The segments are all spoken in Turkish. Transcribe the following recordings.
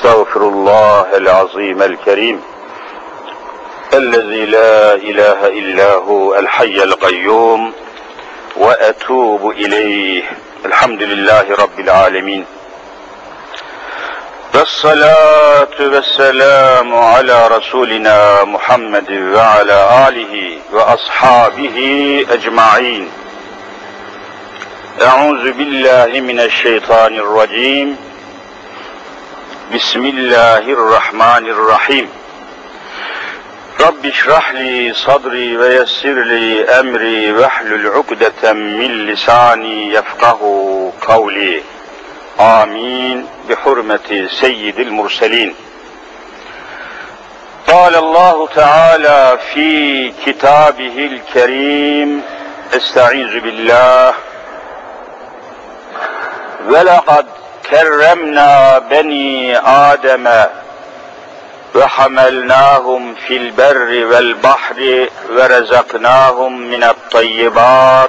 Estağfirullahel azimel kerim. Ellezî la ilahe illâhu el hayyel kayyum ve etûbu ileyh. Elhamdülillahi Rabbil âlemin. Vessalâtu vesselâmu alâ Rasûlinâ Muhammed ve alâ âlihi ve ashâbihi ecma'in. Euzu billahi mineşşeytanirracim. Bismillahirrahmanirrahim. Rabbi şrahli sadri ve yessirli emri vehlul ukdeten min lisani yefkahu kavli. Amin. Bi hurmeti seyyidil murselin. Allahu Teala fi kitabihil kerim. Estaizu billah. Ve lekad kerremna beni Adem'e ve hamelnâhum fil berri vel bahri ve rezaknâhum minet-tayyibat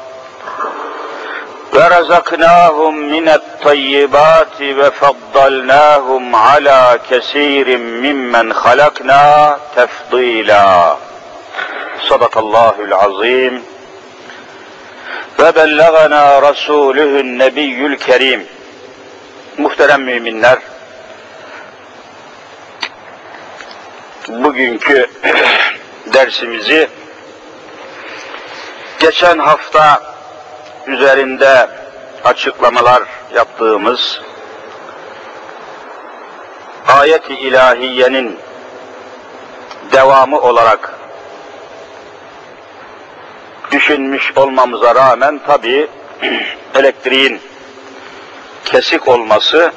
ve faddalnâhum alâ kesîrin mimmen halaknâ tefdîlâ. Sadakallâhul azîm. Ve bellegana rasûlühün nebiyyül kerim. Muhterem müminler, bugünkü dersimizi geçen hafta üzerinde açıklamalar yaptığımız ayet-i ilahiyenin devamı olarak düşünmüş olmamıza rağmen tabii elektriğin kesik olması,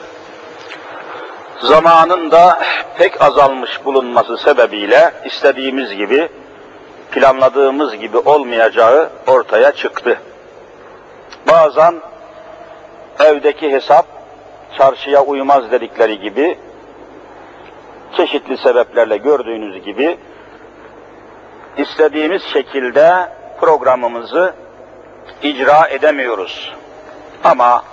zamanın da pek azalmış bulunması sebebiyle istediğimiz gibi, planladığımız gibi olmayacağı ortaya çıktı. Bazen evdeki hesap çarşıya uymaz dedikleri gibi, çeşitli sebeplerle gördüğünüz gibi istediğimiz şekilde programımızı icra edemiyoruz. Ama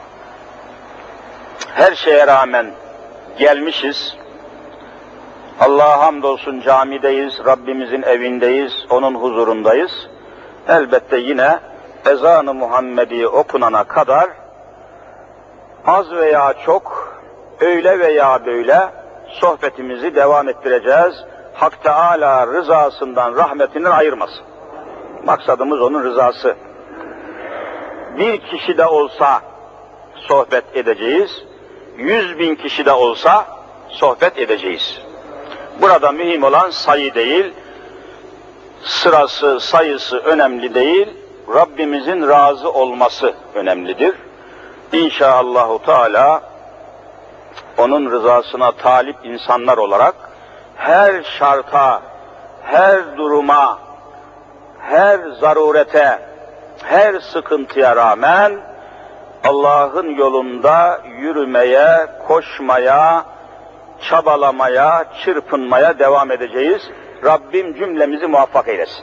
her şeye rağmen gelmişiz. Allah'a hamdolsun camideyiz, Rabbimizin evindeyiz, onun huzurundayız. Elbette yine ezan-ı Muhammedi okunana kadar az veya çok, öyle veya böyle sohbetimizi devam ettireceğiz. Hak Teâlâ rızasından, rahmetinden ayırmasın. Maksadımız onun rızası. Bir kişi de olsa sohbet edeceğiz, 100.000 kişi de olsa sohbet edeceğiz. Burada mühim olan sayı değil, sırası, sayısı önemli değil, Rabbimizin razı olması önemlidir. İnşaallahu Teala onun rızasına talip insanlar olarak her şarta, her duruma, her zarurete, her sıkıntıya rağmen Allah'ın yolunda yürümeye, koşmaya, çabalamaya, çırpınmaya devam edeceğiz. Rabbim cümlemizi muvaffak eylesin.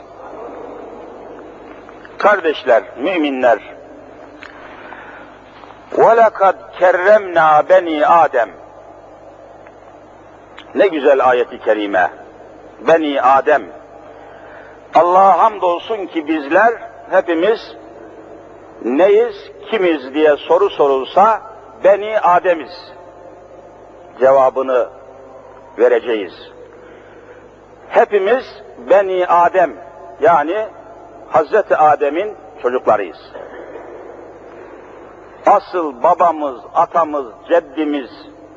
Kardeşler, müminler, وَلَقَدْ كَرَّمْنَا بَنِي Adem. Ne güzel ayet-i kerime. Beni Adem. Allah'a hamdolsun ki bizler hepimiz neyiz, kimiz diye soru sorulsa Beni Adem'iz cevabını vereceğiz. Hepimiz Beni Adem, yani Hazreti Adem'in çocuklarıyız. Asıl babamız, atamız, ceddimiz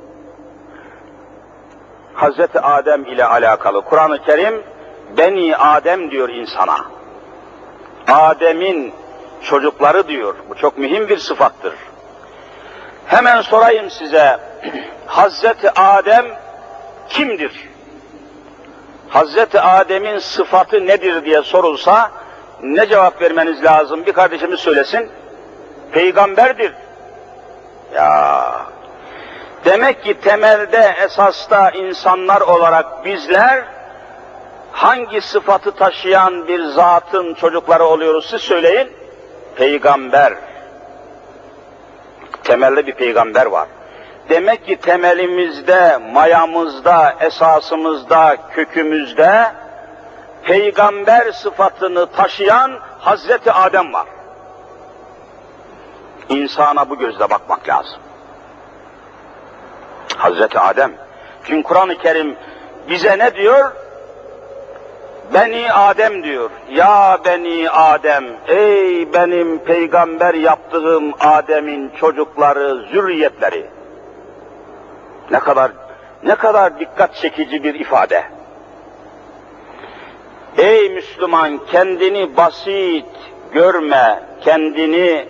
Hazreti Adem ile alakalı. Kur'an-ı Kerim Beni Adem diyor insana. Adem'in çocukları diyor. Bu çok mühim bir sıfattır. Hemen sorayım size, Hazreti Adem kimdir? Hazreti Adem'in sıfatı nedir diye sorulsa ne cevap vermeniz lazım? Bir kardeşimiz söylesin. Peygamberdir. Ya, demek ki temelde, esasta insanlar olarak bizler hangi sıfatı taşıyan bir zatın çocukları oluyoruz? Siz söyleyin. Peygamber. Temelde bir peygamber var. Demek ki temelimizde, mayamızda, esasımızda, kökümüzde peygamber sıfatını taşıyan Hazreti Adem var. İnsana bu gözle bakmak lazım. Hazreti Adem. Çünkü Kur'an-ı Kerim bize ne diyor? Beni Adem diyor. Ya Beni Adem, ey benim peygamber yaptığım Adem'in çocukları, zürriyetleri. Ne kadar dikkat çekici bir ifade. Ey Müslüman, kendini basit görme, kendini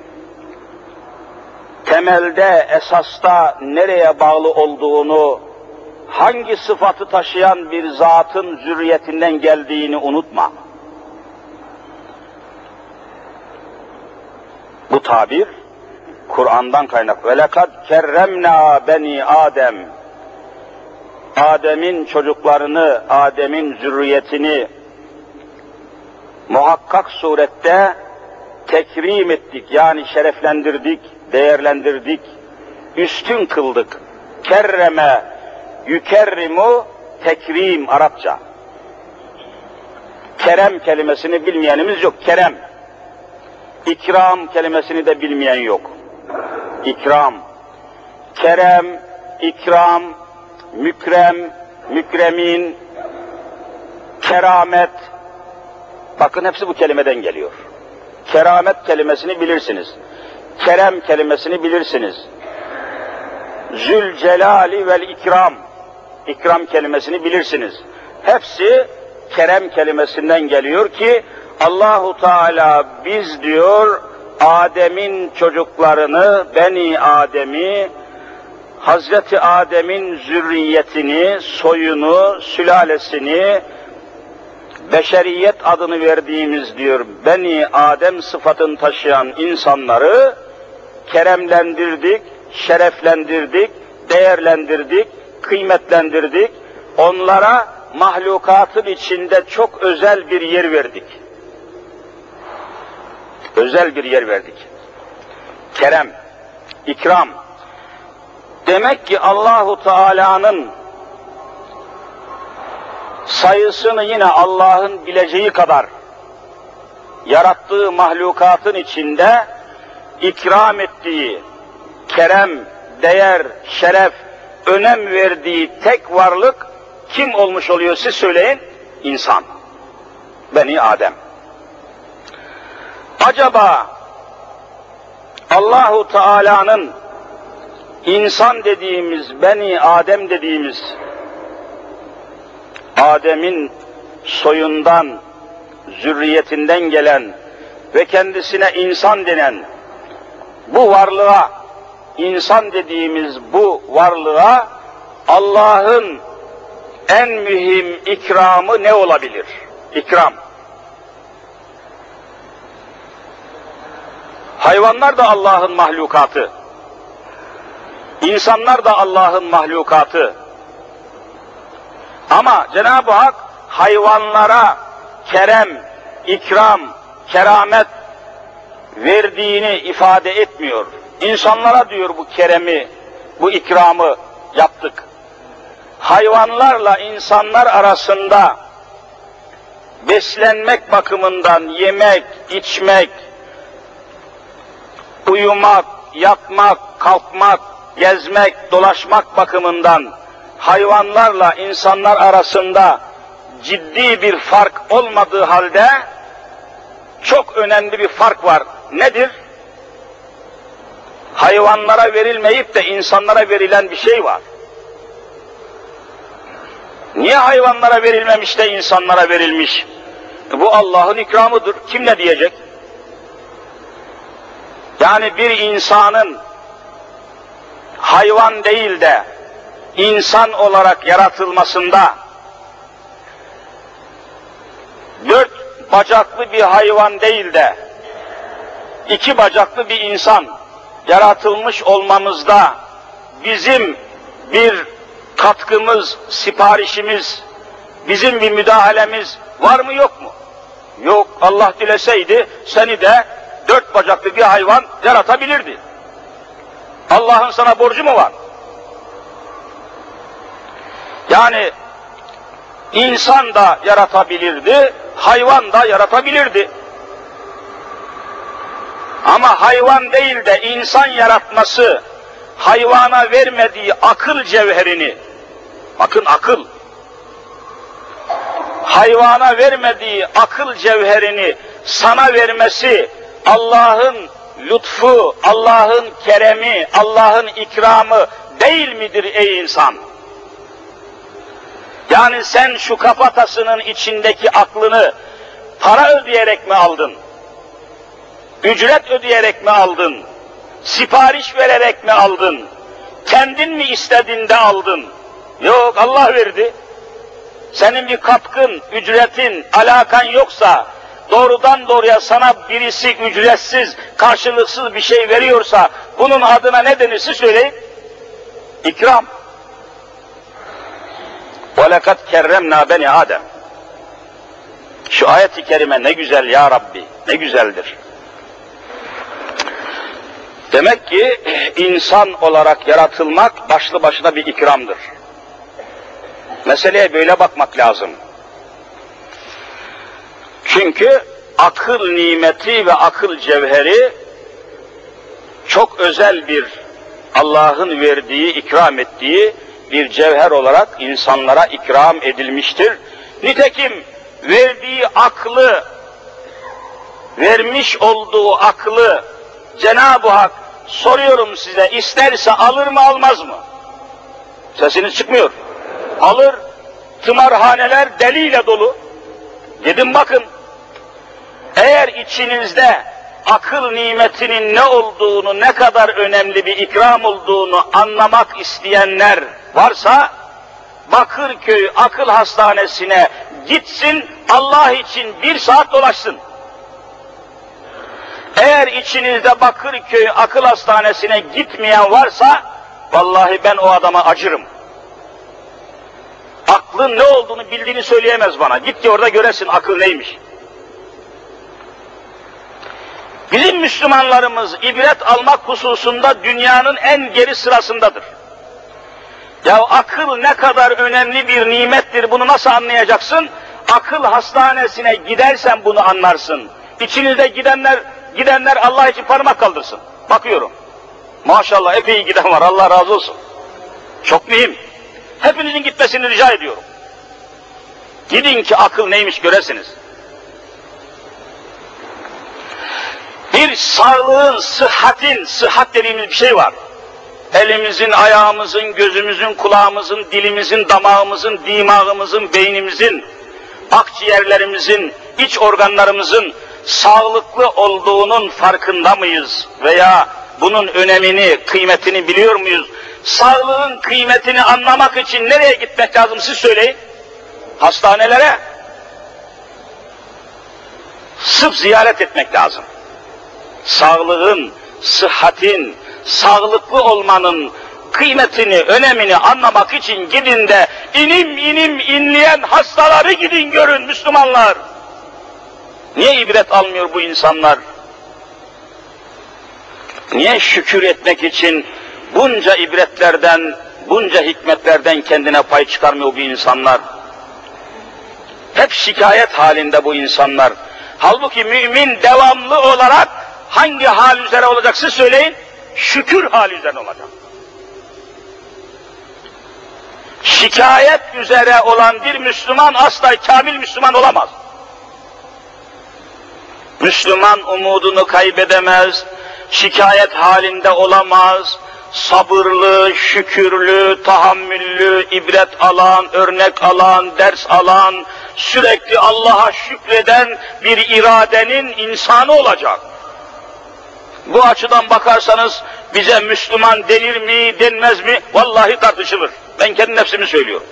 temelde, esasta nereye bağlı olduğunu, hangi sıfatı taşıyan bir zatın zürriyetinden geldiğini unutma. Bu tabir Kur'an'dan kaynaklı. وَلَقَدْ كَرَّمْنَا بَنِي Adem. Adem'in çocuklarını, Adem'in zürriyetini muhakkak surette tekrim ettik. Yani şereflendirdik, değerlendirdik, üstün kıldık. Kerreme, yükerrimu, tekrim Arapça. Kerem kelimesini bilmeyenimiz yok. Kerem. İkram kelimesini de bilmeyen yok. İkram. Kerem, ikram, mükrem, mükremin, keramet. Bakın hepsi bu kelimeden geliyor. Keramet kelimesini bilirsiniz. Kerem kelimesini bilirsiniz. Zülcelali vel ikram. İkram kelimesini bilirsiniz. Hepsi kerem kelimesinden geliyor ki Allahu Teala biz diyor Adem'in çocuklarını, Beni Adem'i, Hazreti Adem'in zürriyetini, soyunu, sülalesini, beşeriyet adını verdiğimiz diyor Beni Adem sıfatını taşıyan insanları keremlendirdik, şereflendirdik, değerlendirdik, kıymetlendirdik. Onlara mahlukatın içinde çok özel bir yer verdik. Özel bir yer verdik. Kerem, ikram. Demek ki Allahu Teala'nın sayısını yine Allah'ın bileceği kadar yarattığı mahlukatın içinde ikram ettiği, kerem, değer, şeref, önem verdiği tek varlık kim olmuş oluyor siz söyleyin? İnsan. Beni Adem. Acaba Allahu Teala'nın insan dediğimiz, Beni Adem dediğimiz Adem'in soyundan, zürriyetinden gelen ve kendisine insan denen bu varlığa, insan dediğimiz bu varlığa Allah'ın en mühim ikramı ne olabilir? İkram. Hayvanlar da Allah'ın mahlukatı. İnsanlar da Allah'ın mahlukatı. Ama Cenab-ı Hak hayvanlara kerem, ikram, keramet verdiğini ifade etmiyor. İnsanlara diyor bu keremi, bu ikramı yaptık. Hayvanlarla insanlar arasında beslenmek bakımından yemek, içmek, uyumak, yatmak, kalkmak, gezmek, dolaşmak bakımından hayvanlarla insanlar arasında ciddi bir fark olmadığı halde çok önemli bir fark var. Nedir? Hayvanlara verilmeyip de insanlara verilen bir şey var. Niye hayvanlara verilmemiş de insanlara verilmiş? Bu Allah'ın ikramıdır. Kim ne diyecek? Yani bir insanın hayvan değil de insan olarak yaratılmasında 4 bacaklı bir hayvan değil de 2 bacaklı bir insan yaratılmış olmamızda bizim bir katkımız, siparişimiz, bizim bir müdahalemiz var mı yok mu? Yok. Allah dileseydi seni de 4 bacaklı bir hayvan yaratabilirdi. Allah'ın sana borcu mu var? Yani insan da yaratabilirdi, hayvan da yaratabilirdi. Ama hayvan değil de insan yaratması, hayvana vermediği akıl cevherini, bakın akıl, hayvana vermediği akıl cevherini sana vermesi, Allah'ın lütfu, Allah'ın keremi, Allah'ın ikramı değil midir ey insan? Yani sen şu kafatasının içindeki aklını para ödeyerek mi aldın? Ücret ödeyerek mi aldın? Sipariş vererek mi aldın? Kendin mi istedin de aldın? Yok, Allah verdi. Senin bir katkın, ücretin, alakan yoksa, doğrudan doğruya sana birisi ücretsiz, karşılıksız bir şey veriyorsa, bunun adına ne denirse söyleyin. İkram. وَلَقَدْ كَرَّمْنَا بَنِي Adem. Şu ayet-i kerime ne güzel ya Rabbi, ne güzeldir. Demek ki insan olarak yaratılmak başlı başına bir ikramdır. Meseleye böyle bakmak lazım. Çünkü akıl nimeti ve akıl cevheri çok özel bir Allah'ın verdiği, ikram ettiği bir cevher olarak insanlara ikram edilmiştir. Nitekim verdiği aklı, vermiş olduğu aklı Cenab-ı Hak, soruyorum size, isterse alır mı almaz mı? Sesiniz çıkmıyor. Alır. Tımarhaneler deliyle dolu. Gidin bakın. Eğer içinizde akıl nimetinin ne olduğunu, ne kadar önemli bir ikram olduğunu anlamak isteyenler varsa, Bakırköy Akıl Hastanesi'ne gitsin, Allah için 1 saat dolaşsın. Eğer içinizde Bakırköy Akıl Hastanesi'ne gitmeyen varsa, vallahi ben o adama acırım. Aklın ne olduğunu bildiğini söyleyemez bana. Git ki orada göresin akıl neymiş. Bizim Müslümanlarımız ibret almak hususunda dünyanın en geri sırasındadır. Ya akıl ne kadar önemli bir nimettir, bunu nasıl anlayacaksın? Akıl hastanesine gidersen bunu anlarsın. İçinizde gidenler Allah için parmak kaldırsın. Bakıyorum. Maşallah epey giden var, Allah razı olsun. Çok mühim. Hepinizin gitmesini rica ediyorum. Gidin ki akıl neymiş göresiniz. Bir sağlığın, sıhhat dediğimiz bir şey var. Elimizin, ayağımızın, gözümüzün, kulağımızın, dilimizin, damağımızın, dimağımızın, beynimizin, akciğerlerimizin, iç organlarımızın sağlıklı olduğunun farkında mıyız? Veya bunun önemini, kıymetini biliyor muyuz? Sağlığın kıymetini anlamak için nereye gitmek lazım siz söyleyin? Hastanelere. Sırf ziyaret etmek lazım. Sağlığın, sıhhatin, sağlıklı olmanın kıymetini, önemini anlamak için gidin de inim inim inleyen hastaları gidin görün Müslümanlar. Niye ibret almıyor bu insanlar? Niye şükür etmek için bunca ibretlerden, bunca hikmetlerden kendine pay çıkarmıyor bu insanlar? Hep şikayet halinde bu insanlar. Halbuki mümin devamlı olarak hangi hal üzere olacak siz söyleyin? Şükür hali üzerine olacak. Şikayet üzere olan bir Müslüman asla kamil Müslüman olamaz. Müslüman umudunu kaybedemez, şikayet halinde olamaz, sabırlı, şükürlü, tahammüllü, ibret alan, örnek alan, ders alan, sürekli Allah'a şükreden bir iradenin insanı olacak. Bu açıdan bakarsanız bize Müslüman denir mi, denmez mi? Vallahi tartışılır. Ben kendi nefsimi söylüyorum.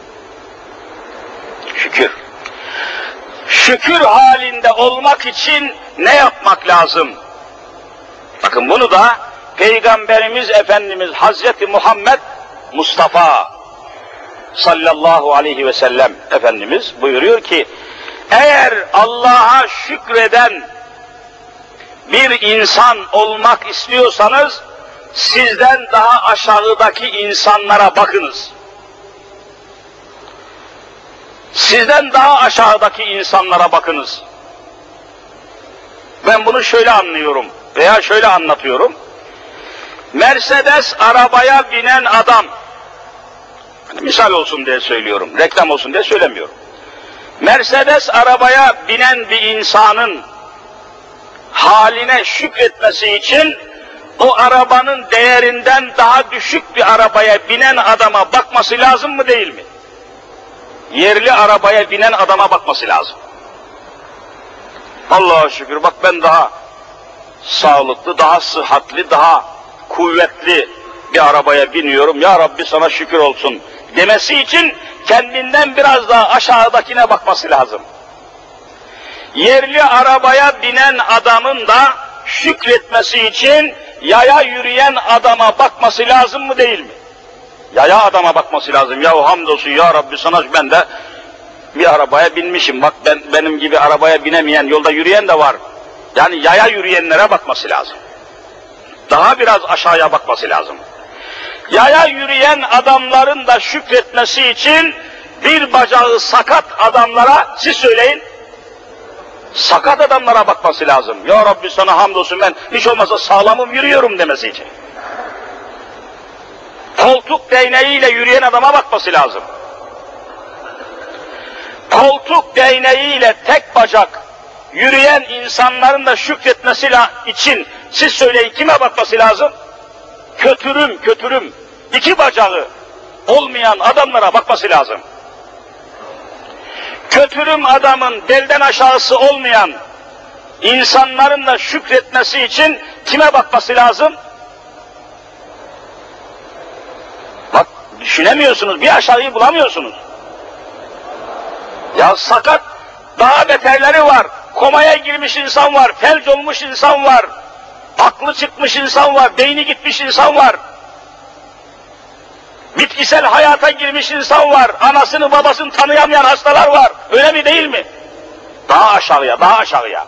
Şükür. Şükür halinde olmak için ne yapmak lazım? Bakın bunu da Peygamberimiz Efendimiz Hazreti Muhammed Mustafa sallallahu aleyhi ve sellem Efendimiz buyuruyor ki, eğer Allah'a şükreden bir insan olmak istiyorsanız, sizden daha aşağıdaki insanlara bakınız. Sizden daha aşağıdaki insanlara bakınız. Ben bunu şöyle anlıyorum veya şöyle anlatıyorum. Mercedes arabaya binen adam, misal olsun diye söylüyorum, reklam olsun diye söylemiyorum. Mercedes arabaya binen bir insanın haline şükretmesi için o arabanın değerinden daha düşük bir arabaya binen adama bakması lazım mı değil mi? Yerli arabaya binen adama bakması lazım. Allah'a şükür bak ben daha sağlıklı, daha sıhhatli, daha kuvvetli bir arabaya biniyorum. Ya Rabbi sana şükür olsun demesi için kendinden biraz daha aşağıdakine bakması lazım. Yerli arabaya binen adamın da şükretmesi için yaya yürüyen adama bakması lazım mı değil mi? Yaya adama bakması lazım. Yahu hamdolsun ya Rabbi sana ben de bir arabaya binmişim. Bak benim gibi arabaya binemeyen, yolda yürüyen de var. Yani yaya yürüyenlere bakması lazım. Daha biraz aşağıya bakması lazım. Yaya yürüyen adamların da şükretmesi için bir bacağı sakat adamlara, siz söyleyin, sakat adamlara bakması lazım. Ya Rabbi sana hamdolsun ben hiç olmazsa sağlamım yürüyorum demesi için. Koltuk değneğiyle yürüyen adama bakması lazım. Koltuk değneğiyle tek bacak yürüyen insanların da şükretmesi için siz söyleyin kime bakması lazım? Kötürüm, iki bacağı olmayan adamlara bakması lazım. Kötürüm adamın belden aşağısı olmayan insanların da şükretmesi için kime bakması lazım? Bak düşünemiyorsunuz, bir aşağıyı bulamıyorsunuz. Ya sakat, daha beterleri var. Komaya girmiş insan var, felç olmuş insan var. Aklı çıkmış insan var, beyni gitmiş insan var. Bitkisel hayata girmiş insan var, anasını babasını tanıyamayan hastalar var. Öyle mi değil mi? Daha aşağıya, daha aşağıya.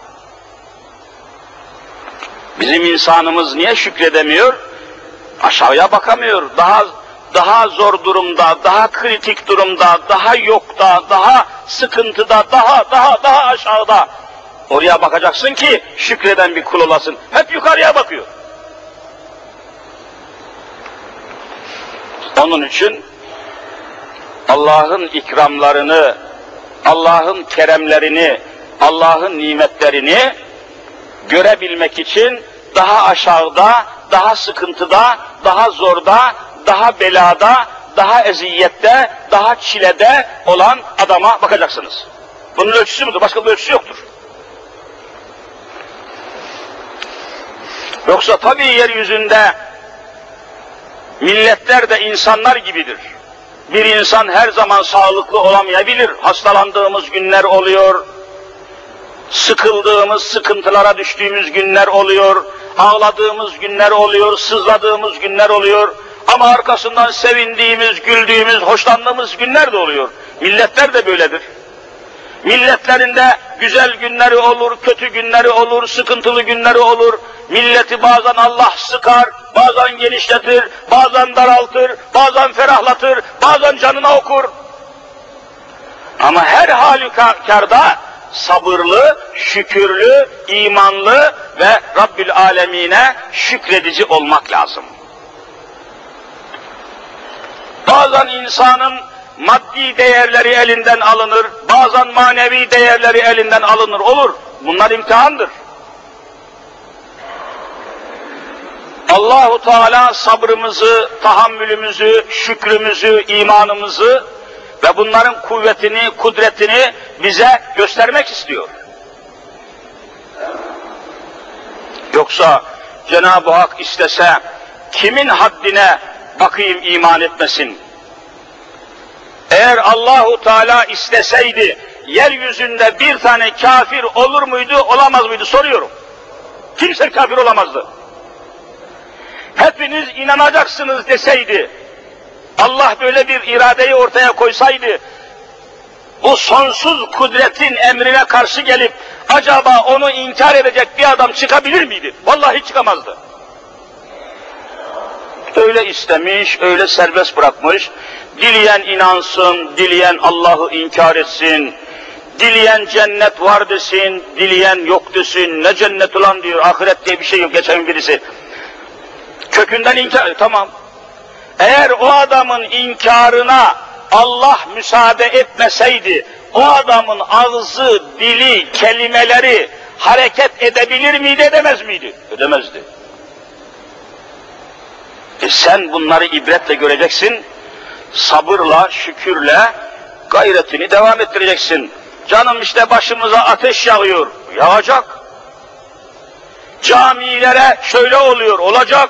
Bizim insanımız niye şükredemiyor? Aşağıya bakamıyor. Daha zor durumda, daha kritik durumda, daha yokta, daha sıkıntıda, daha aşağıda. Oraya bakacaksın ki şükreden bir kul olasın. Hep yukarıya bakıyor. Onun için Allah'ın ikramlarını, Allah'ın keremlerini, Allah'ın nimetlerini görebilmek için daha aşağıda, daha sıkıntıda, daha zorda, daha belada, daha eziyette, daha çilede olan adama bakacaksınız. Bunun ölçüsü budur, başka bir ölçüsü yoktur. Yoksa tabii yeryüzünde milletler de insanlar gibidir. Bir insan her zaman sağlıklı olamayabilir. Hastalandığımız günler oluyor, sıkıldığımız, sıkıntılara düştüğümüz günler oluyor, ağladığımız günler oluyor, sızladığımız günler oluyor. Ama arkasından sevindiğimiz, güldüğümüz, hoşlandığımız günler de oluyor. Milletler de böyledir. Milletlerinde güzel günleri olur, kötü günleri olur, sıkıntılı günleri olur. Milleti bazen Allah sıkar, bazen genişletir, bazen daraltır, bazen ferahlatır, bazen canına okur. Ama her halükarda sabırlı, şükürlü, imanlı ve Rabbül Alemine şükredici olmak lazım. Bazen insanın maddi değerleri elinden alınır, bazen manevi değerleri elinden alınır, olur. Bunlar imtihandır. Allahu Teala sabrımızı, tahammülümüzü, şükrümüzü, imanımızı ve bunların kuvvetini, kudretini bize göstermek istiyor. Yoksa Cenab-ı Hak istese kimin haddine bakayım iman etmesin? Eğer Allahu Teala isteseydi yeryüzünde bir tane kafir olur muydu, olamaz mıydı soruyorum. Kimse kafir olamazdı. Hepiniz inanacaksınız deseydi, Allah böyle bir iradeyi ortaya koysaydı, bu sonsuz kudretin emrine karşı gelip acaba onu inkar edecek bir adam çıkabilir miydi? Vallahi çıkamazdı. Öyle istemiş, öyle serbest bırakmış. Dileyen inansın, dileyen Allah'ı inkar etsin. Dileyen cennet var desin, dileyen yok desin. Ne cennet ulan diyor, ahiret diye bir şey yok. Geçen birisi kökünden inkar, tamam. Eğer o adamın inkarına Allah müsaade etmeseydi, o adamın ağzı, dili, kelimeleri hareket edebilir miydi, edemez miydi? Edemezdi. Sen bunları ibretle göreceksin, sabırla, şükürle gayretini devam ettireceksin. Canım işte başımıza ateş yağıyor, yağacak. Camilere şöyle oluyor, olacak.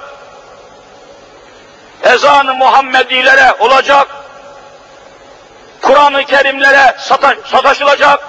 Ezan-ı Muhammedilere olacak. Kur'an-ı Kerimlere sataşılacak.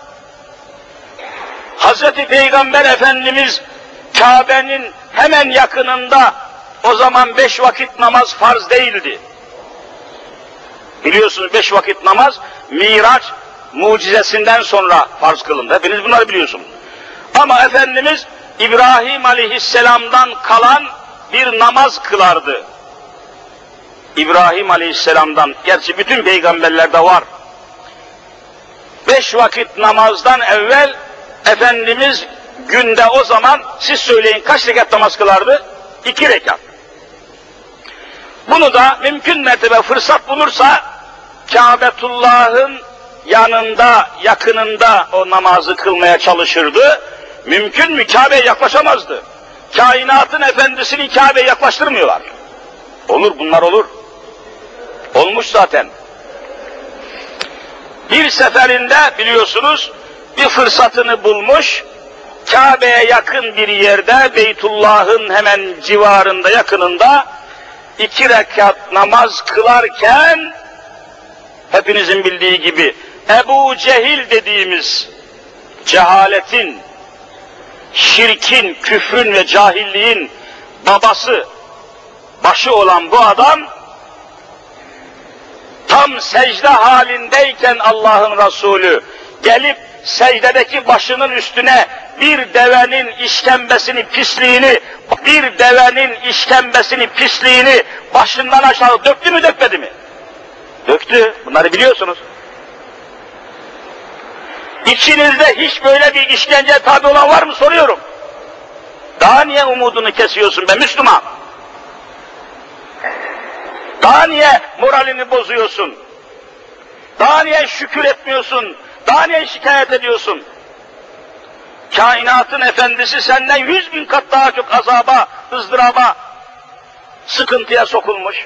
Hazreti Peygamber Efendimiz Kabe'nin hemen yakınında, o zaman 5 vakit namaz farz değildi. Biliyorsunuz 5 vakit namaz Miraç mucizesinden sonra farz kılındı. Hepiniz bunları biliyorsunuz. Ama Efendimiz İbrahim Aleyhisselam'dan kalan bir namaz kılardı. İbrahim Aleyhisselam'dan, gerçi bütün peygamberlerde var. 5 vakit namazdan evvel Efendimiz günde, o zaman siz söyleyin, kaç rekat namaz kılardı? 2 rekat. Bunu da mümkün mertebe fırsat bulursa Kâbetullah'ın yanında, yakınında o namazı kılmaya çalışırdı. Mümkün mü? Kabe'ye yaklaşamazdı. Kainatın efendisini Kabe'ye yaklaştırmıyorlar. Olur, bunlar olur. Olmuş zaten. Bir seferinde biliyorsunuz bir fırsatını bulmuş, Kabe'ye yakın bir yerde, Beytullah'ın hemen civarında, yakınında 2 rekat namaz kılarken, hepinizin bildiği gibi Ebu Cehil dediğimiz cehaletin, şirkin, küfrün ve cahilliğin babası, başı olan bu adam, tam secde halindeyken Allah'ın Resulü gelip secdedeki başının üstüne bir devenin pisliğini başından aşağı döktü mü, dökmedi mi? Döktü. Bunları biliyorsunuz. İçinizde hiç böyle bir işkenceye tabi olan var mı soruyorum. Daha niye umudunu kesiyorsun be Müslüman? Daha niye moralini bozuyorsun? Daha niye şükür etmiyorsun? Daha niye şikayet ediyorsun? Kainatın efendisi senden 100.000 kat daha çok azaba, ızdıraba, sıkıntıya sokulmuş.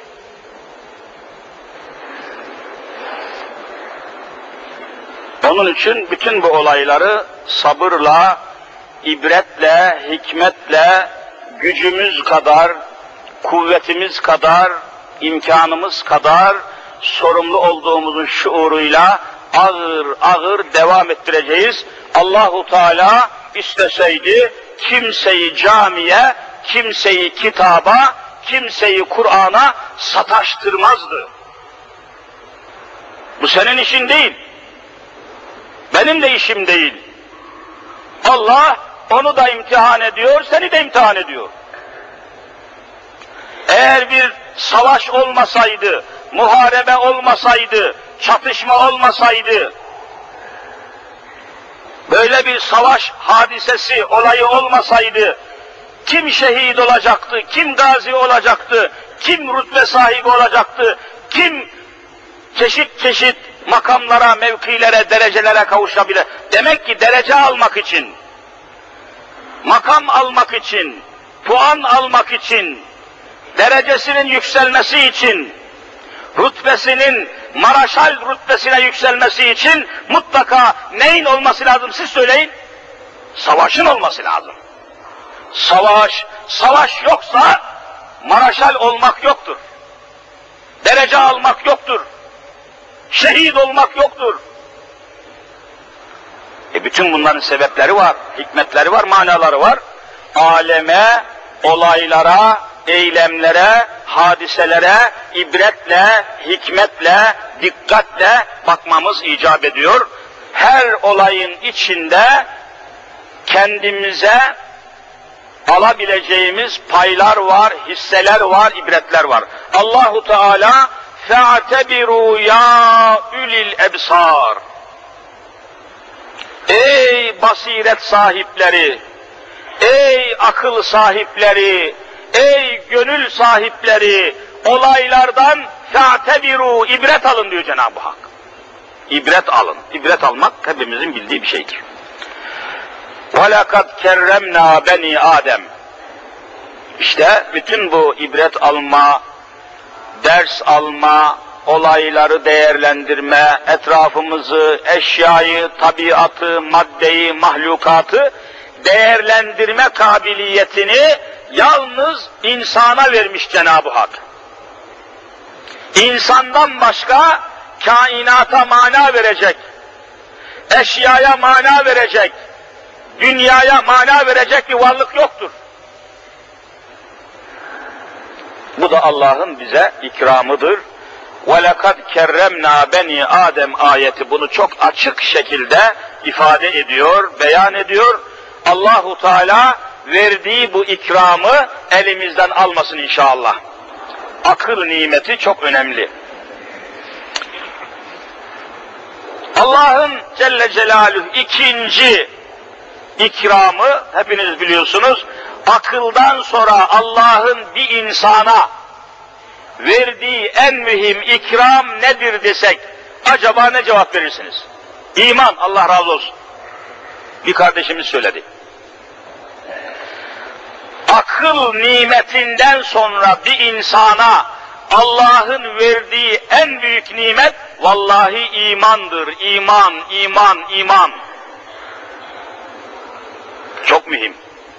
Onun için bütün bu olayları sabırla, ibretle, hikmetle, gücümüz kadar, kuvvetimiz kadar, imkanımız kadar sorumlu olduğumuzun şuuruyla ağır ağır devam ettireceğiz. Allahu Teala isteseydi kimseyi camiye, kimseyi kitaba, kimseyi Kur'an'a sataştırmazdı. Bu senin işin değil. Benim de işim değil. Allah onu da imtihan ediyor, seni de imtihan ediyor. Eğer bir savaş olmasaydı, muharebe olmasaydı, çatışma olmasaydı, böyle bir savaş hadisesi, olayı olmasaydı, kim şehit olacaktı, kim gazi olacaktı, kim rütbe sahibi olacaktı, kim çeşit çeşit makamlara, mevkilere, derecelere kavuşabilir. Demek ki derece almak için, makam almak için, puan almak için, derecesinin yükselmesi için, rütbesinin maraşal rütbesine yükselmesi için mutlaka neyin olması lazım siz söyleyin? Savaşın olması lazım. Savaş yoksa maraşal olmak yoktur. Derece almak yoktur. Şehit olmak yoktur. Bütün bunların sebepleri var, hikmetleri var, manaları var. Aleme, olaylara, eylemlere, hadiselere ibretle, hikmetle, dikkatle bakmamız icap ediyor. Her olayın içinde kendimize alabileceğimiz paylar var, hisseler var, ibretler var. Allahu Teala fe'tebiru ya ulil ebsar. Ey basiret sahipleri, ey akıl sahipleri, ey gönül sahipleri, olaylardan fe'tebiru, ibret alın diyor Cenab-ı Hak. İbret alın. İbret almak hepimizin bildiği bir şeydir. وَلَقَدْ كَرَّمْنَا بَنِي Adem. İşte bütün bu ibret alma, ders alma, olayları değerlendirme, etrafımızı, eşyayı, tabiatı, maddeyi, mahlukatı değerlendirme kabiliyetini yalnız insana vermiş Cenab-ı Hak. İnsandan başka kainata mana verecek, eşyaya mana verecek, dünyaya mana verecek bir varlık yoktur. Bu da Allah'ın bize ikramıdır. وَلَقَدْ كَرَّمْنَا بَنِي Adem ayeti bunu çok açık şekilde ifade ediyor, beyan ediyor. Allahu Teala verdiği bu ikramı elimizden almasın inşallah. Akıl nimeti çok önemli. Allah'ın Celle Celaluhu ikinci ikramı hepiniz biliyorsunuz. Akıldan sonra Allah'ın bir insana verdiği en mühim ikram nedir desek acaba ne cevap verirsiniz? İman, Allah razı olsun. Bir kardeşimiz söyledi. Akıl nimetinden sonra bir insana Allah'ın verdiği en büyük nimet vallahi imandır. İman, iman, iman. Çok mühim.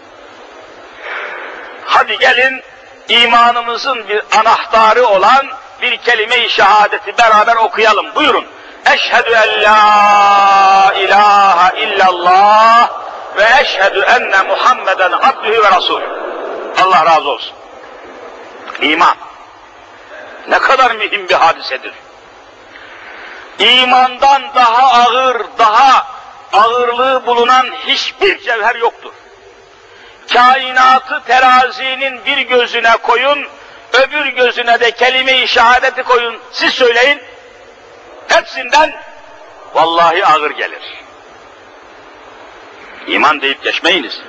Hadi gelin imanımızın bir anahtarı olan bir kelime-i şehadeti beraber okuyalım. Buyurun. Eşhedü en la ilahe illallah ve eşhedü enne Muhammeden abdühü ve rasulü. Allah razı olsun. İman. Ne kadar mühim bir hadisedir. İmandan daha ağır, daha ağırlığı bulunan hiçbir cevher yoktur. Kainatı terazinin bir gözüne koyun, öbür gözüne de kelime-i şehadeti koyun. Siz söyleyin, hepsinden vallahi ağır gelir. İman deyip geçmeyiniz.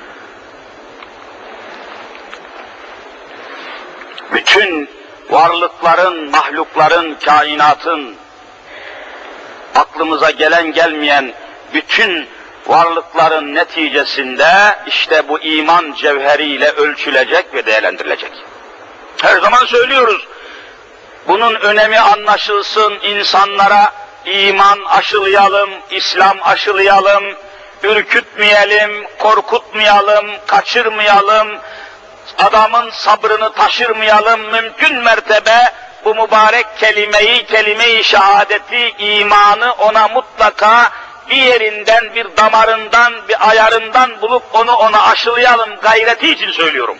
Bütün varlıkların, mahlukların, kainatın, aklımıza gelen gelmeyen bütün varlıkların neticesinde işte bu iman cevheriyle ölçülecek ve değerlendirilecek. Her zaman söylüyoruz, bunun önemi anlaşılsın, insanlara iman aşılayalım, İslam aşılayalım, ürkütmeyelim, korkutmayalım, kaçırmayalım, adamın sabrını taşırmayalım, mümkün mertebe bu mübarek kelimeyi, kelime-i şehadeti, imanı ona mutlaka bir yerinden, bir damarından, bir ayarından bulup onu ona aşılayalım gayreti için söylüyorum.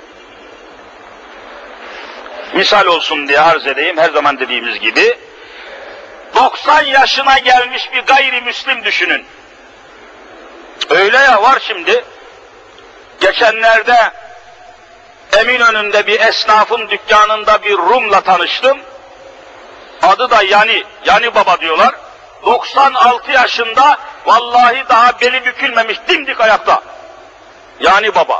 Misal olsun diye arz edeyim, her zaman dediğimiz gibi, 90 yaşına gelmiş bir gayrimüslim düşünün. Öyle ya, var şimdi. Geçenlerde Eminönü'nde bir esnafın dükkanında bir Rum'la tanıştım. Adı da Yani Baba diyorlar. 96 yaşında, vallahi daha beli bükülmemiş, dimdik ayakta. Yani Baba.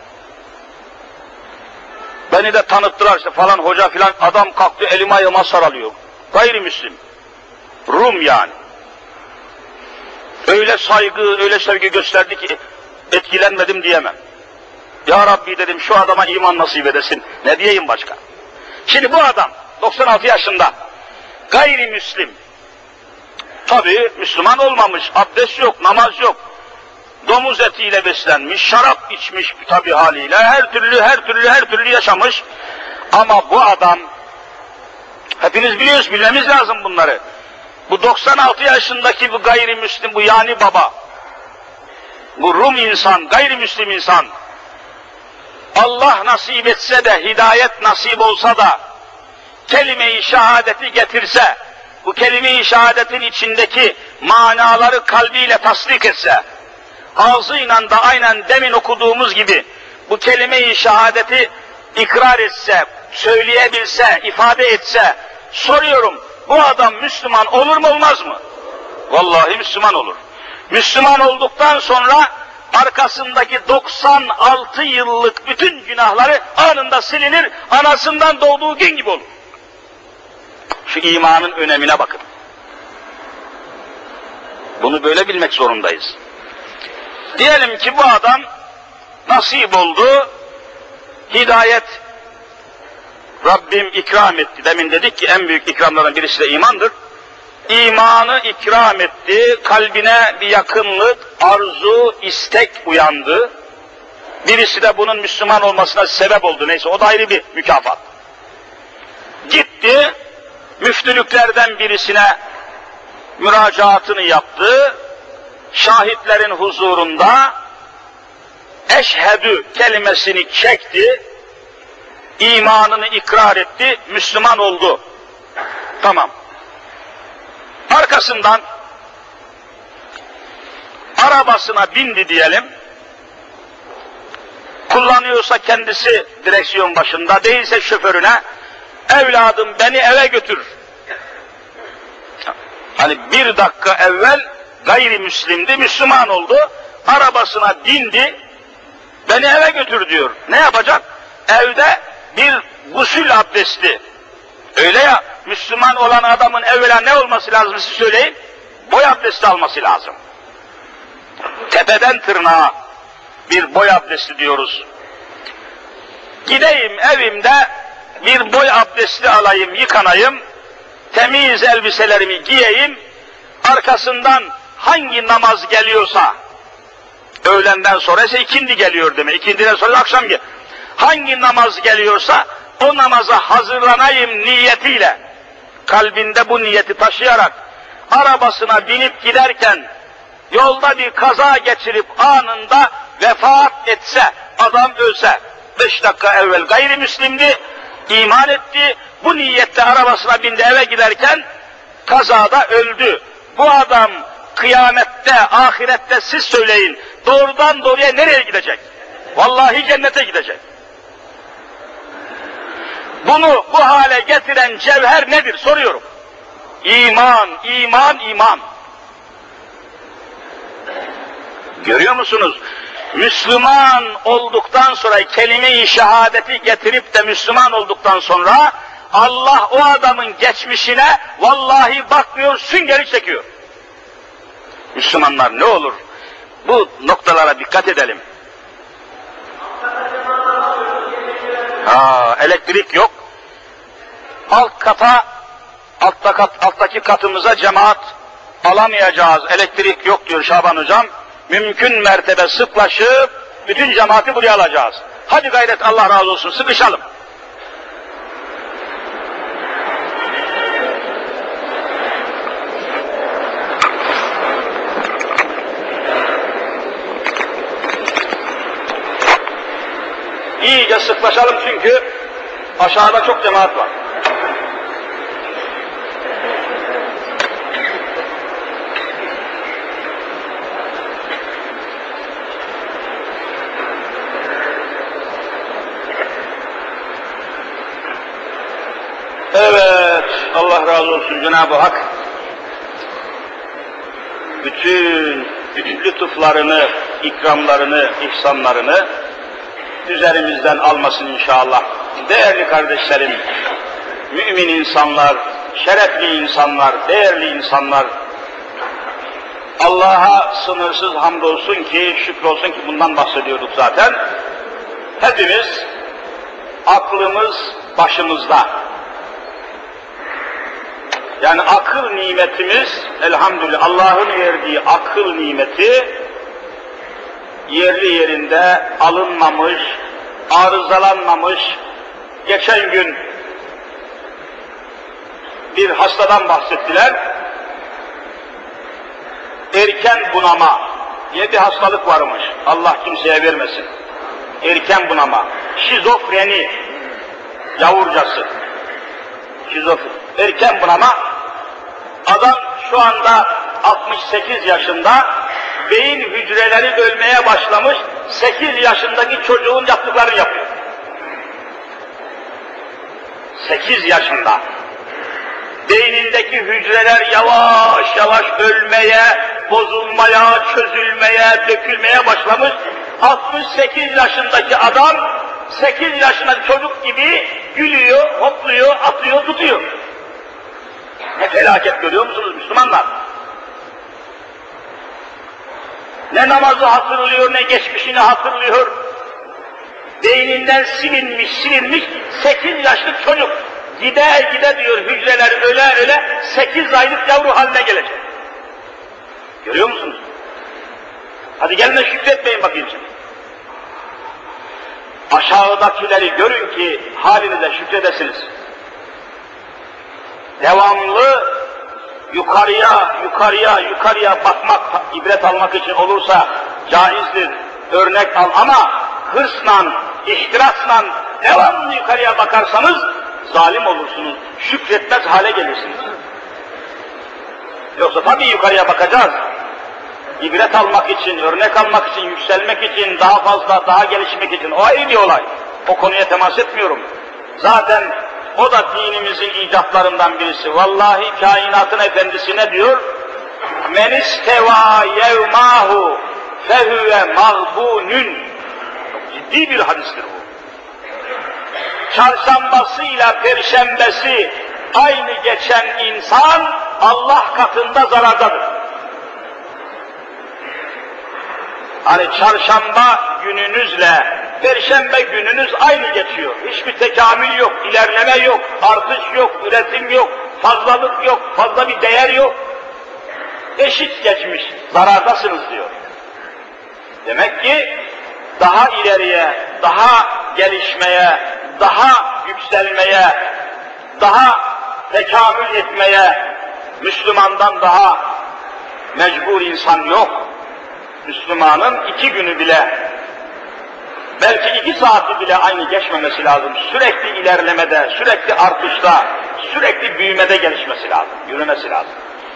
Beni de tanıttılar işte falan hoca filan, adam kalktı elime ayağıma sarılıyor. Gayrimüslim. Rum yani. Öyle saygı, öyle sevgi gösterdi ki etkilenmedim diyemem. Ya Rabbi dedim, şu adama iman nasip edesin. Ne diyeyim başka? Şimdi bu adam 96 yaşında, gayrimüslim. Tabii Müslüman olmamış, abdest yok, namaz yok. Domuz etiyle beslenmiş, şarap içmiş tabii haliyle, her türlü yaşamış. Ama bu adam, hepiniz biliyorsunuz, bilmemiz lazım bunları. Bu 96 yaşındaki bu gayrimüslim, bu Yani Baba, bu Rum insan, gayrimüslim insan, Allah nasip etse de, hidayet nasip olsa da, kelime-i şehadeti getirse, bu kelime-i şehadetin içindeki manaları kalbiyle tasdik etse, ağzıyla da aynen demin okuduğumuz gibi, bu kelime-i şehadeti ikrar etse, söyleyebilse, ifade etse, soruyorum, bu adam Müslüman olur mu olmaz mı? Vallahi Müslüman olur. Müslüman olduktan sonra arkasındaki 96 yıllık bütün günahları anında silinir, anasından doğduğu gün gibi olur. Şu imanın önemine bakın. Bunu böyle bilmek zorundayız. Diyelim ki bu adam nasip oldu, hidayet Rabbim ikram etti. Demin dedik ki en büyük ikramlardan birisi de imandır. İmanı ikram etti, kalbine bir yakınlık, arzu, istek uyandı. Birisi de bunun Müslüman olmasına sebep oldu. Neyse o da ayrı bir mükafat. Gitti, müftülüklerden birisine müracaatını yaptı. Şahitlerin huzurunda eşhedü kelimesini çekti. İmanını ikrar etti, Müslüman oldu. Tamam. Arkasından arabasına bindi diyelim. Kullanıyorsa kendisi direksiyon başında, değilse şoförüne, evladım beni eve götür. Hani bir dakika evvel gayrimüslimdi, Müslüman oldu, arabasına bindi, beni eve götür diyor. Ne yapacak? Evde bir gusül abdesti. Öyle ya, Müslüman olan adamın evvela ne olması lazım siz söyleyin? Boy abdesti alması lazım. Tepeden tırnağa bir boy abdesti diyoruz. Gideyim evimde bir boy abdesti alayım, yıkanayım, temiz elbiselerimi giyeyim, arkasından hangi namaz geliyorsa, öğlenden sonra ise ikindi geliyor demek, ikindiden sonra akşam geliyor. Hangi namaz geliyorsa o namaza hazırlanayım niyetiyle, kalbinde bu niyeti taşıyarak arabasına binip giderken yolda bir kaza geçirip anında vefat etse, adam ölse, 5 dakika evvel gayrimüslimdi, iman etti, bu niyette arabasına bindi eve giderken kazada öldü. Bu adam kıyamette, ahirette siz söyleyin, doğrudan doğruya nereye gidecek? Vallahi cennete gidecek. Bunu bu hale getiren cevher nedir soruyorum. İman, iman, iman. Görüyor musunuz? Müslüman olduktan sonra, kelime-i şehadeti getirip de Müslüman olduktan sonra Allah o adamın geçmişine vallahi bakmıyor, süngeri çekiyor. Müslümanlar ne olur bu noktalara dikkat edelim. Elektrik yok. Alttaki katımıza cemaat alamayacağız. Elektrik yok diyor Şaban hocam. Mümkün mertebe sıklaşıp bütün cemaati buraya alacağız. Hadi gayret, Allah razı olsun, sıkışalım. İyice sıklaşalım çünkü aşağıda çok cemaat var. Evet, Allah razı olsun Cenab-ı Hak bütün lütuflarını, ikramlarını, ihsanlarını üzerimizden almasın inşallah. Değerli kardeşlerim, mümin insanlar, şerefli insanlar, değerli insanlar, Allah'a sınırsız hamdolsun ki, şükrolsun ki bundan bahsediyorduk zaten. Hepimiz aklımız başımızda. Yani akıl nimetimiz, elhamdülillah Allah'ın verdiği akıl nimeti yerli yerinde alınmamış, arızalanmamış. Geçen gün bir hastadan bahsettiler. Erken bunama diye bir hastalık varmış. Allah kimseye vermesin. Erken bunama. Şizofreni yavurcası. Şizofreni. Erken bunama. Adam şu anda 68 yaşında, beyin hücreleri ölmeye başlamış, 8 yaşındaki çocuğun yaptıklarını yapıyor. 8 yaşında. Beynindeki hücreler yavaş yavaş ölmeye, bozulmaya, çözülmeye, dökülmeye başlamış. 68 yaşındaki adam, 8 yaşındaki çocuk gibi gülüyor, hopluyor, atıyor, tutuyor. Ne felaket görüyor musunuz Müslümanlar? Ne namazı hatırlıyor, ne geçmişini hatırlıyor. Beyninden silinmiş 8 yaşlı çocuk. Gide diyor hücreler öyle 8 aylık yavru haline gelecek. Görüyor musunuz? Hadi gelin de şükretmeyin bakayım şimdi. Aşağıdakileri görün ki halinize şükredesiniz. Devamlı yukarıya bakmak, ibret almak için olursa caizdir, örnek al ama hırsla, ihtirasla devamlı yukarıya bakarsanız zalim olursunuz, şükretmez hale gelirsiniz. Yoksa tabii yukarıya bakacağız. İbret almak için, örnek almak için, yükselmek için, daha fazla, daha gelişmek için. O ayrı bir olay. O konuya temas etmiyorum. Zaten o da dinimizin icatlarından birisi. Vallahi kainatın efendisi ne diyor? Men isteva yevmahu fehüve mağbunün. Ciddi bir hadistir bu. Çarşambasıyla perşembesi aynı geçen insan Allah katında zarardadır. Hani çarşamba gününüzle perşembe gününüz aynı geçiyor. Hiçbir tekamül yok, ilerleme yok, artış yok, üretim yok, fazlalık yok, fazla bir değer yok. Eşit geçmiş, zarardasınız diyor. Demek ki daha ileriye, daha gelişmeye, daha yükselmeye, daha tekamül etmeye Müslümandan daha mecbur insan yok. Müslümanın 2 günü bile, belki 2 saati bile aynı geçmemesi lazım. Sürekli ilerlemede, sürekli artışta, sürekli büyümede gelişmesi lazım, yürümesi lazım.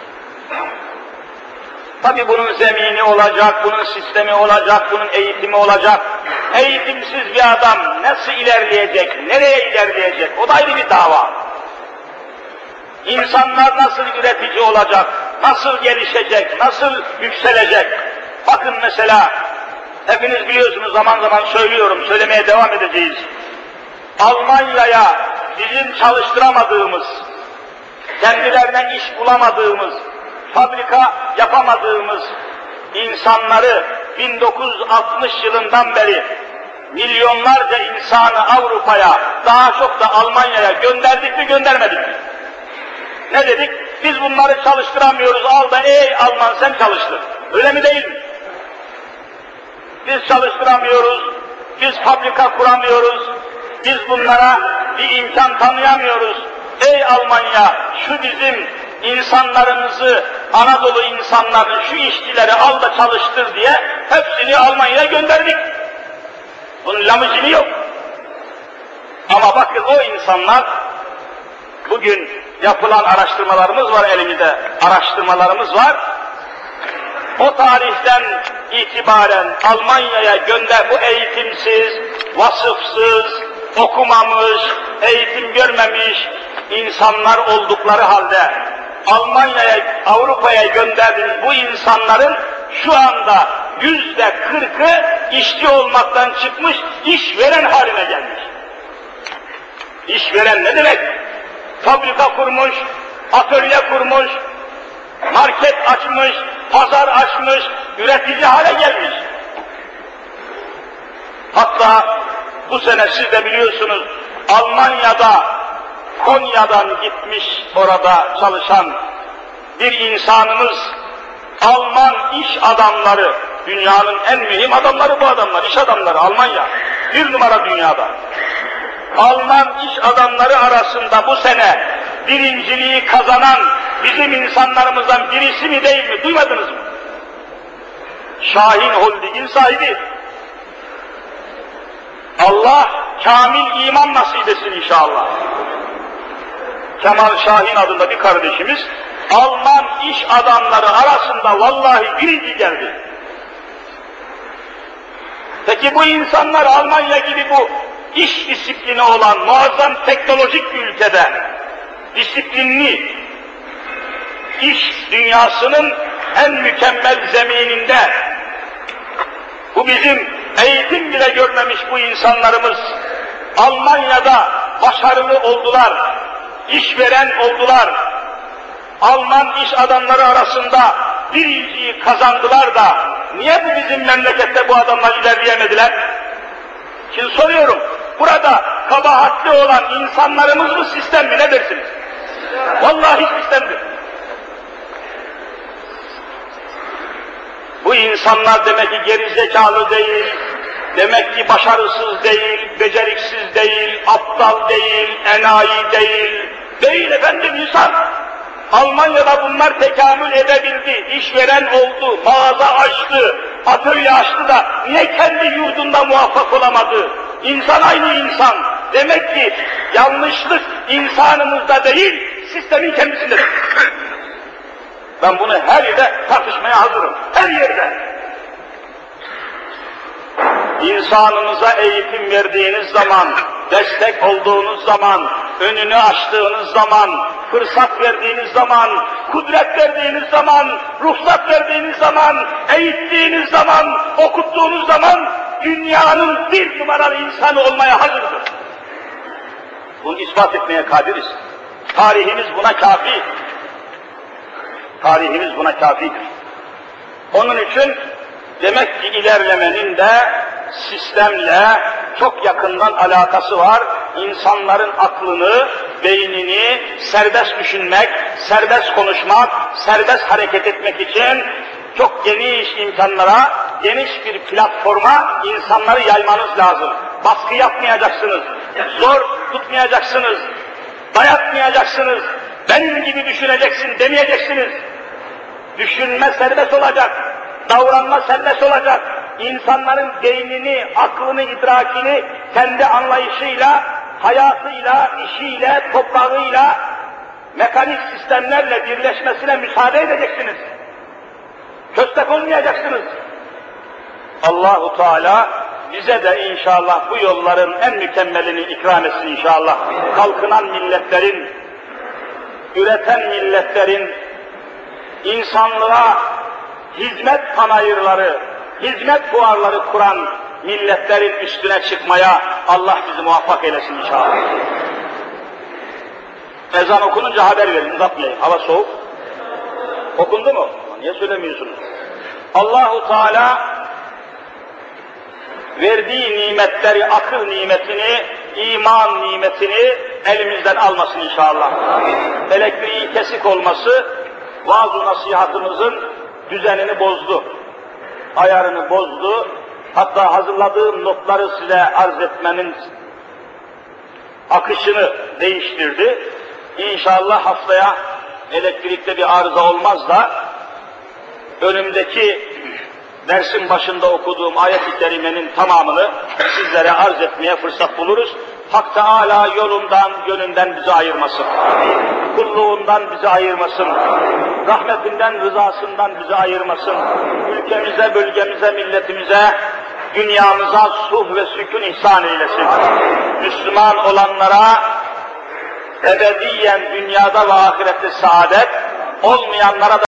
Tabii bunun zemini olacak, bunun sistemi olacak, bunun eğitimi olacak. Eğitimsiz bir adam nasıl ilerleyecek, nereye ilerleyecek? O da ayrı bir dava. İnsanlar nasıl üretici olacak, nasıl gelişecek, nasıl yükselecek? Bakın mesela, hepiniz biliyorsunuz, zaman zaman söylüyorum, söylemeye devam edeceğiz. Almanya'ya bizim çalıştıramadığımız, kendilerine iş bulamadığımız, fabrika yapamadığımız insanları 1960 yılından beri milyonlarca insanı Avrupa'ya, daha çok da Almanya'ya gönderdik mi, göndermedik mi? Ne dedik? Biz bunları çalıştıramıyoruz, al da ey Alman sen çalıştır. Öyle mi değil mi? Biz çalıştıramıyoruz, biz fabrika kuramıyoruz, biz bunlara bir imkan tanıyamıyoruz. Ey Almanya, şu bizim insanlarımızı, Anadolu insanlarını, şu işçileri al da çalıştır diye hepsini Almanya'ya gönderdik. Bunun lamıcını yok. Ama bakın o insanlar, bugün yapılan araştırmalarımız var elimizde, araştırmalarımız var. O tarihten itibaren Almanya'ya bu eğitimsiz, vasıfsız, okumamış, eğitim görmemiş insanlar oldukları halde Almanya'ya, Avrupa'ya gönderdiğimiz bu insanların şu anda %40'ı işçi olmaktan çıkmış, işveren haline gelmiş. İşveren ne demek? Fabrika kurmuş, atölye kurmuş, market açmış, pazar açmış, üretici hale gelmiş. Hatta bu sene siz de biliyorsunuz, Almanya'da, Konya'dan gitmiş orada çalışan bir insanımız, Alman iş adamları, dünyanın en mühim adamları bu adamlar, iş adamları Almanya, 1 numara dünyada. Alman iş adamları arasında bu sene birinciliği kazanan bizim insanlarımızdan birisi mi değil mi? Duymadınız mı? Şahin Holding'in sahibi. Allah kamil iman nasip etsin inşallah. Kemal Şahin adında bir kardeşimiz Alman iş adamları arasında vallahi birinci geldi. Peki bu insanlar Almanya gibi bu iş disiplini olan muazzam teknolojik bir ülkede disiplinli iş dünyasının en mükemmel zemininde bu bizim eğitim bile görmemiş bu insanlarımız Almanya'da başarılı oldular, işveren oldular, Alman iş adamları arasında birinciyi kazandılar da niye bu bizim memlekette bu adamlar ilerleyemediler? Şimdi soruyorum, burada kabahatli olan insanlarımız mı sistem mi, ne dersiniz? Vallahi sistemdir. Bu insanlar demek ki gerizekalı değil, demek ki başarısız değil, beceriksiz değil, aptal değil, enayi değil. Değil efendim insan. Almanya'da bunlar tekamül edebildi, işveren oldu, mağaza açtı, atölye açtı da niye kendi yurdunda muvaffak olamadı? İnsan aynı insan. Demek ki yanlışlık insanımızda değil, sistemin kendisindedir. Ben bunu her yerde tartışmaya hazırım, her yerde. İnsanınıza eğitim verdiğiniz zaman, destek olduğunuz zaman, önünü açtığınız zaman, fırsat verdiğiniz zaman, kudret verdiğiniz zaman, ruhsat verdiğiniz zaman, eğittiğiniz zaman, okuttuğunuz zaman, dünyanın bir numaralı insanı olmaya hazırdır. Bunu ispat etmeye kadiriz. Tarihimiz buna kafi. Tarihimiz buna kafidir. Onun için demek ki ilerlemenin de sistemle çok yakından alakası var. İnsanların aklını, beynini serbest düşünmek, serbest konuşmak, serbest hareket etmek için çok geniş imkanlara, geniş bir platforma insanları yaymanız lazım. Baskı yapmayacaksınız, zor tutmayacaksınız, dayatmayacaksınız, benim gibi düşüneceksin demeyeceksiniz. Düşünme serbest olacak, davranma serbest olacak. İnsanların beynini, aklını, idrakini kendi anlayışıyla, hayatıyla, işiyle, toprağıyla, mekanik sistemlerle birleşmesine müsaade edeceksiniz. Köstek olmayacaksınız. Allahu Teala bize de inşallah bu yolların en mükemmelini ikram etsin inşallah. Kalkınan milletlerin, üreten milletlerin, insanlığa hizmet panayırları, hizmet fuarları kuran milletlerin üstüne çıkmaya Allah bizi muvaffak eylesin inşallah. Ezan okununca haber verin, uzatmayın, hava soğuk. Okundu mu? Niye söylemiyorsunuz? Allahu Teala verdiği nimetleri, akıl nimetini, iman nimetini elimizden almasın inşallah. Elektriği kesik olması, vaaz-ı nasihatımızın düzenini bozdu, ayarını bozdu. Hatta hazırladığım notları size arz etmenin akışını değiştirdi. İnşallah haftaya elektrikte bir arıza olmaz da önümdeki dersin başında okuduğum ayet-i kerimenin tamamını sizlere arz etmeye fırsat buluruz. Hak Teâlâ yolundan, gönlünden bizi ayırmasın. Kulluğundan bizi ayırmasın. Rahmetinden, rızasından bizi ayırmasın. Ülkemize, bölgemize, milletimize, dünyamıza sulh ve sükun ihsan eylesin. Müslüman olanlara ebediyen dünyada ve ahirette saadet, olmayanlara da